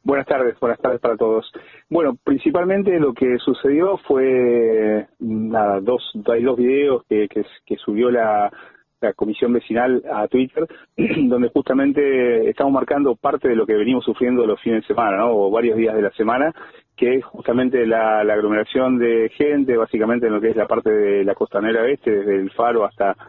Buenas tardes para todos. Bueno, principalmente lo que sucedió fue, nada, hay dos videos que subió la comisión vecinal a Twitter, donde justamente estamos marcando parte de lo que venimos sufriendo los fines de semana, ¿no? O varios días de la semana, que es justamente la aglomeración de gente, básicamente en lo que es la parte de la costanera oeste, desde el Faro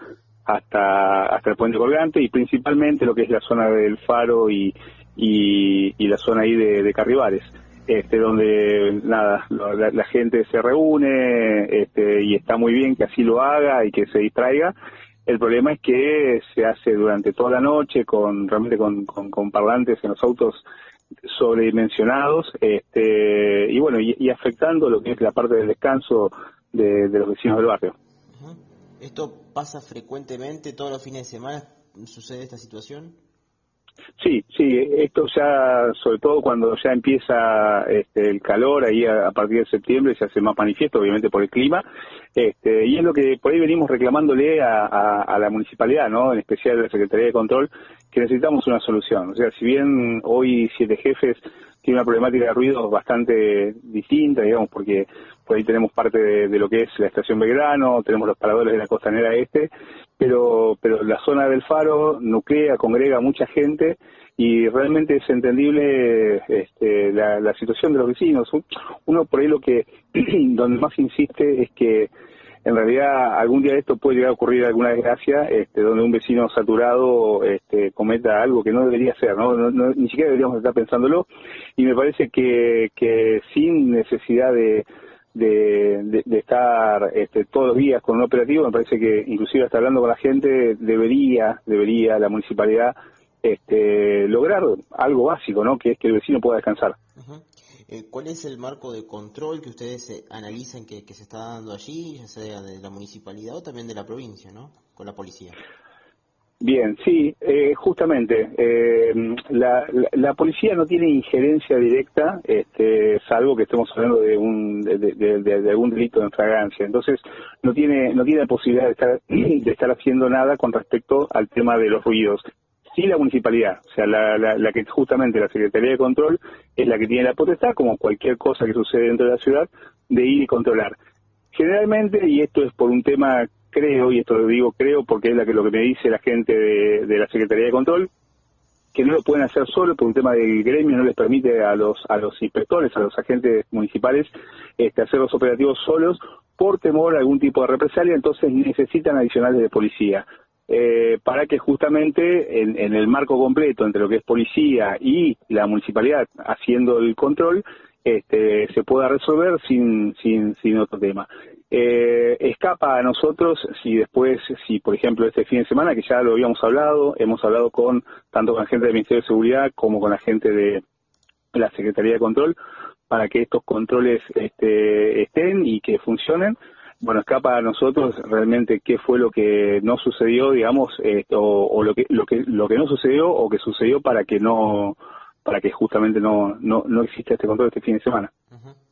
hasta el Puente Colgante, y principalmente lo que es la zona del Faro y la zona ahí de Carribares, donde nada, la gente se reúne, y está muy bien que así lo haga y que se distraiga. El problema es que se hace durante toda la noche realmente con parlantes en los autos sobredimensionados, y bueno, y afectando lo que es la parte del descanso de los vecinos del barrio. Ujú. ¿Esto pasa frecuentemente, todos los fines de semana sucede esta situación? Sí, esto ya, sobre todo cuando ya empieza el calor, ahí a partir de septiembre se hace más manifiesto, obviamente por el clima, y es lo que por ahí venimos reclamándole a la municipalidad, ¿no? En especial a la Secretaría de Control, que necesitamos una solución. O sea, si bien hoy Siete Jefes tiene una problemática de ruido bastante distinta, digamos, porque por ahí tenemos parte de lo que es la estación Belgrano, tenemos los paradores de la costanera este, pero la zona del Faro nuclea, congrega mucha gente y realmente es entendible la situación de los vecinos. Uno por ahí donde más insiste es que en realidad algún día de esto puede llegar a ocurrir alguna desgracia, donde un vecino saturado cometa algo que no debería ser, ¿no? Ni siquiera deberíamos estar pensándolo, y me parece que sin necesidad de estar todos los días con un operativo, me parece que inclusive hasta hablando con la gente debería la municipalidad lograr algo básico, ¿no? Que es que el vecino pueda descansar. Ujú. ¿Cuál es el marco de control que ustedes analizan que se está dando allí, ya sea de la municipalidad o también de la provincia, ¿no? Con la policía. Bien, sí, justamente, la policía no tiene injerencia directa, salvo que estemos hablando de algún delito en flagrancia. Entonces, no tiene posibilidad de estar haciendo nada con respecto al tema de los ruidos. Sí, la municipalidad, o sea, la que justamente la Secretaría de Control es la que tiene la potestad, como cualquier cosa que sucede dentro de la ciudad, de ir y controlar. Generalmente, y esto es por un tema, creo, y esto lo digo creo porque es lo que me dice la gente de la Secretaría de Control, que no lo pueden hacer solo por un tema del gremio, no les permite a los inspectores, a los agentes municipales, hacer los operativos solos por temor a algún tipo de represalia, entonces necesitan adicionales de policía. Para que justamente en el marco completo entre lo que es policía y la municipalidad haciendo el control, se pueda resolver sin otro tema. Escapa a nosotros si por ejemplo este fin de semana, que ya lo habíamos hablado, hemos hablado tanto con la gente del Ministerio de Seguridad como con la gente de la Secretaría de Control, para que estos controles estén y que funcionen. Bueno, escapa a nosotros realmente qué fue lo que no sucedió, digamos, o lo que no sucedió o que sucedió para que justamente no exista este control este fin de semana. Ujú.